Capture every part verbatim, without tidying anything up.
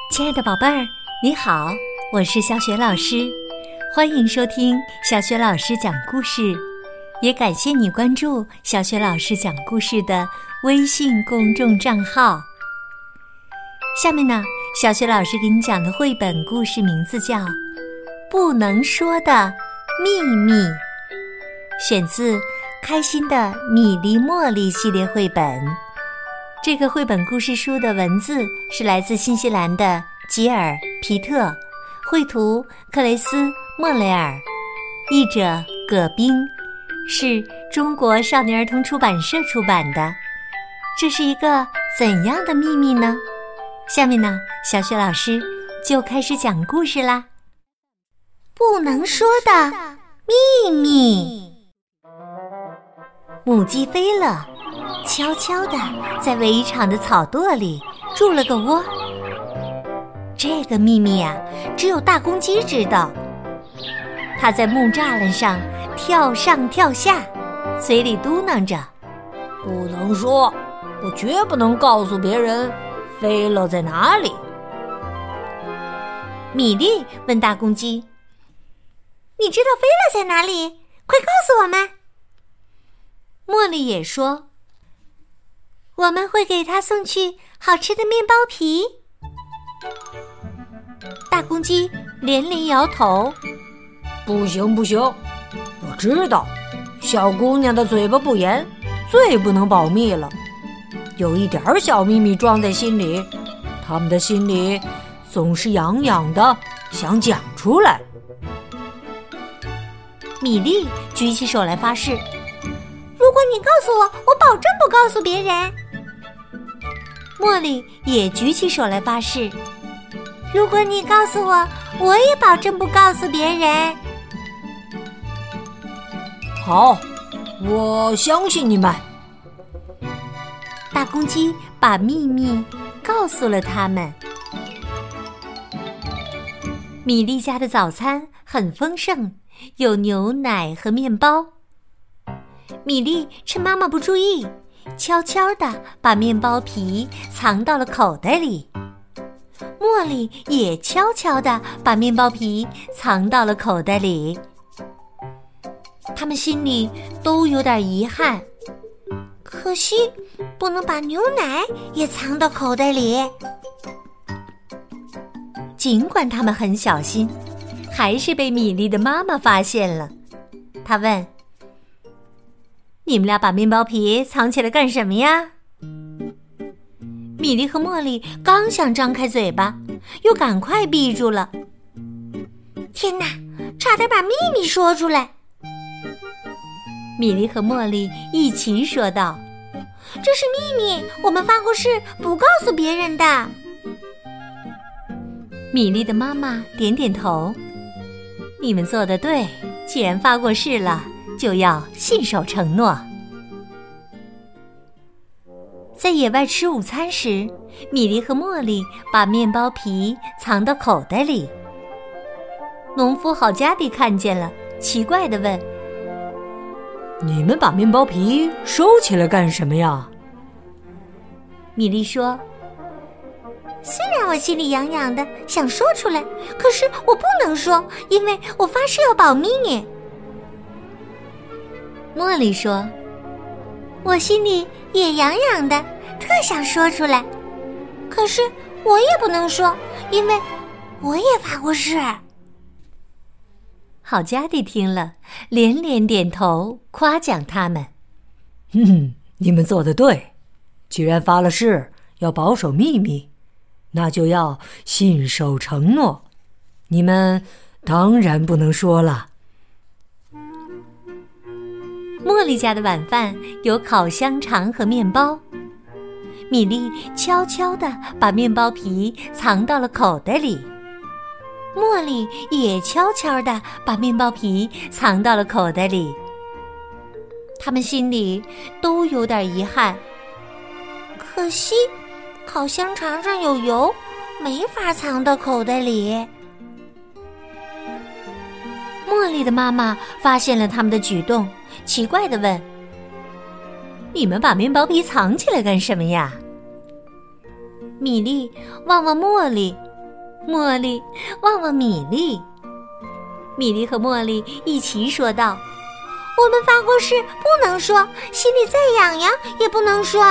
亲爱的宝贝儿，你好，我是小雪老师，欢迎收听小雪老师讲故事，也感谢你关注小雪老师讲故事的微信公众账号。下面呢，小雪老师给你讲的绘本故事名字叫《不能说的秘密》，选自开心的米粒茉莉系列绘本。这个绘本故事书的文字是来自新西兰的吉尔·皮特，绘图克雷斯·莫雷尔，译者葛冰，是中国少年儿童出版社出版的。这是一个怎样的秘密呢？下面呢，小雪老师就开始讲故事啦。不能说的秘密。母鸡飞了，悄悄地在围场的草垛里筑了个窝。这个秘密啊，只有大公鸡知道。它在木栅栏上跳上跳下，嘴里嘟囔着：“ 不能说，我绝不能告诉别人飞了在哪里。” 米粒问大公鸡：“你知道飞了在哪里？快告诉我们。”茉莉也说：“我们会给他送去好吃的面包皮。”大公鸡连连摇头：“ 不行不行，我知道，小姑娘的嘴巴不严，最不能保密了。有一点小秘密装在心里，他们的心里总是痒痒的，想讲出来。” 米粒举起手来发誓：“如果你告诉我，我保证不告诉别人。”茉莉也举起手来发誓：“如果你告诉我，我也保证不告诉别人。” 好，我相信你们。 大公鸡把秘密告诉了他们。米粒家的早餐很丰盛，有牛奶和面包。米粒趁妈妈不注意，悄悄地把面包皮藏到了口袋里。茉莉也悄悄地把面包皮藏到了口袋里。他们心里都有点遗憾，可惜不能把牛奶也藏到口袋里。尽管他们很小心，还是被米粒的妈妈发现了。她问：“你们俩把面包皮藏起来干什么呀？”米粒和茉莉刚想张开嘴巴，又赶快闭住了。天哪，差点把秘密说出来！米粒和茉莉一起说道：“这是秘密，我们发过誓不告诉别人的。”米粒的妈妈点点头：“你们做得对，既然发过誓了，就要信守承诺。”在野外吃午餐时，米粒和茉莉把面包皮藏到口袋里。农夫郝家弟看见了，奇怪地问：“ 你们把面包皮收起来干什么呀？” 米粒说：“虽然我心里痒痒的，想说出来，可是我不能说，因为我发誓要保密。”茉莉说：“我心里也痒痒的，特想说出来，可是我也不能说，因为我也发过誓。”郝家弟听了，连连点头，夸奖他们：“ 嗯，你们做得对，既然发了誓要保守秘密，那就要信守承诺。你们当然不能说了。” 茉莉家的晚饭有烤香肠和面包。米粒悄悄地把面包皮藏到了口袋里。茉莉也悄悄地把面包皮藏到了口袋里。他们心里都有点遗憾，可惜烤香肠上有油，没法藏到口袋里。茉莉的妈妈发现了他们的举动，奇怪地问：“你们把面包皮藏起来干什么呀？”米粒望望茉莉， 茉莉望望米莉，米莉和茉莉一起说道： 我们发过誓不能说，心里再痒痒也不能说。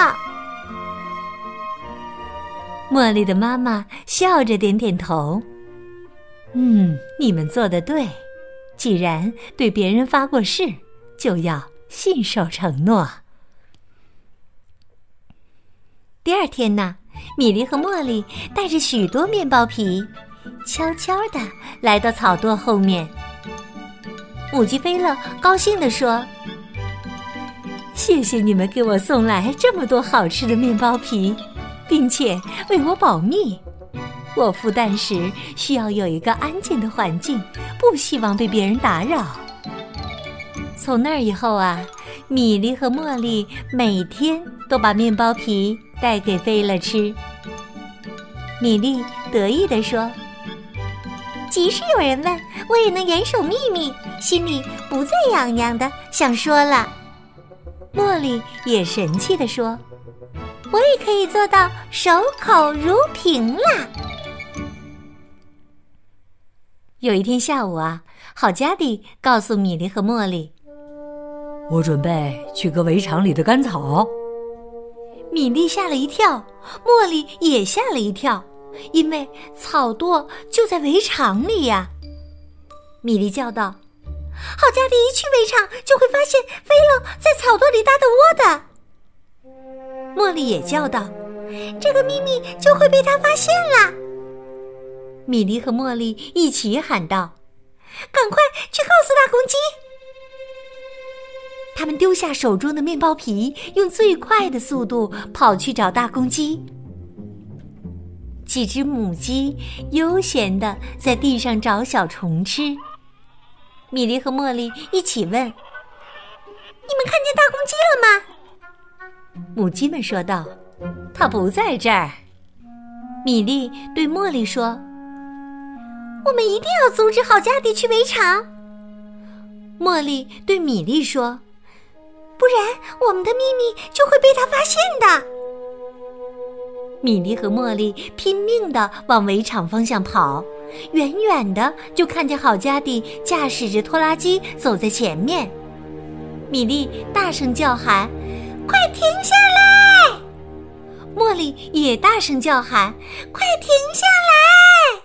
茉莉的妈妈笑着点点头，嗯，你们做得对，既然对别人发过誓，就要信守承诺。第二天呢，米莉和茉莉带着许多面包皮，悄悄地来到草垛后面。母鸡菲勒高兴地说：谢谢你们给我送来这么多好吃的面包皮，并且为我保密。我孵蛋时需要有一个安静的环境，不希望被别人打扰。从那儿以后啊，米莉和茉莉每天都把面包皮带给菲勒吃。米莉得意地说： 即使有人问，我也能严守秘密，心里不再痒痒的想说了。 茉莉也神气地说： 我也可以做到守口如瓶啦。 有一天下午啊，好家蒂告诉米莉和茉莉： 我准备去割围场里的干草。 米莉吓了一跳，茉莉也吓了一跳，因为草垛就在围场里呀。米莉叫道： 好家蒂一去围场就会发现菲勒在草垛里搭的窝的。 茉莉也叫道： 这个秘密就会被他发现啦。 米莉和茉莉一起喊道： 赶快去告诉大公鸡。 他们丢下手中的面包皮，用最快的速度跑去找大公鸡。几只母鸡悠闲地在地上找小虫吃。米莉和茉莉一起问：你们看见大公鸡了吗？ 母鸡们说道：它不在这儿。米莉对茉莉说： 我们一定要阻止好家蒂去围场。 茉莉对米莉说： 不然我们的秘密就会被他发现的。 米莉和茉莉拼命地往围场方向跑，远远的就看见好家蒂驾驶着拖拉机走在前面。米莉大声叫喊： 快停下来！ 茉莉也大声叫喊： 快停下来！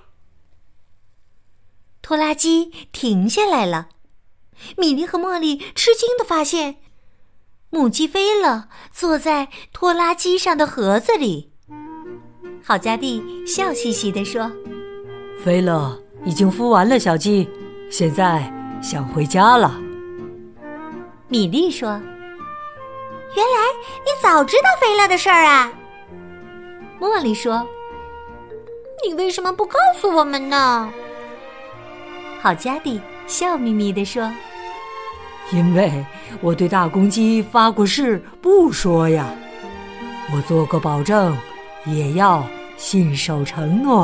拖拉机停下来了。米莉和茉莉吃惊地发现，母鸡菲勒坐在拖拉机上的盒子里。好家蒂笑嘻嘻地说： 菲勒已经孵完了小鸡，现在想回家了。 米莉说： 原来你早知道菲勒的事儿啊。 茉莉说： 你为什么不告诉我们呢？ 好家蒂笑眯眯地说： 因为我对大公鸡发过誓不说呀，我做个保证也要信守承诺。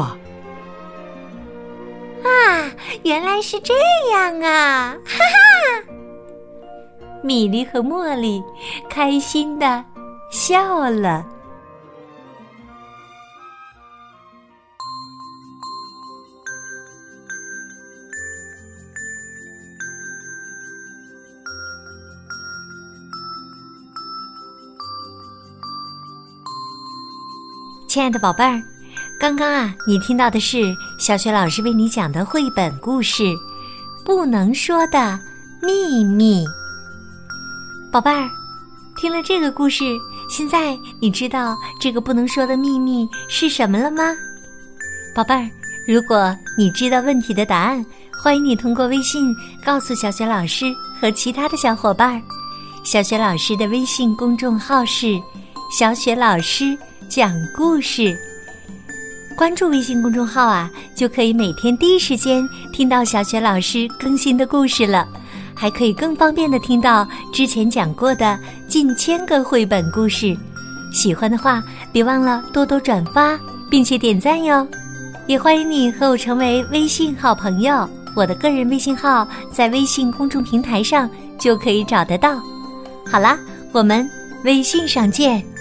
啊，原来是这样啊，哈哈！ 米莉和茉莉开心地笑了。亲爱的宝贝儿，刚刚啊，你听到的是小雪老师为你讲的绘本故事《不能说的秘密》。宝贝儿，听了这个故事，现在你知道这个不能说的秘密是什么了吗？宝贝儿，如果你知道问题的答案，欢迎你通过微信告诉小雪老师和其他的小伙伴。小雪老师的微信公众号是小雪老师讲故事，关注微信公众号啊，就可以每天第一时间听到小雪老师更新的故事了，还可以更方便的听到之前讲过的近千个绘本故事。喜欢的话，别忘了多多转发，并且点赞哟。也欢迎你和我成为微信好朋友，我的个人微信号在微信公众平台上就可以找得到。好啦，我们微信上见。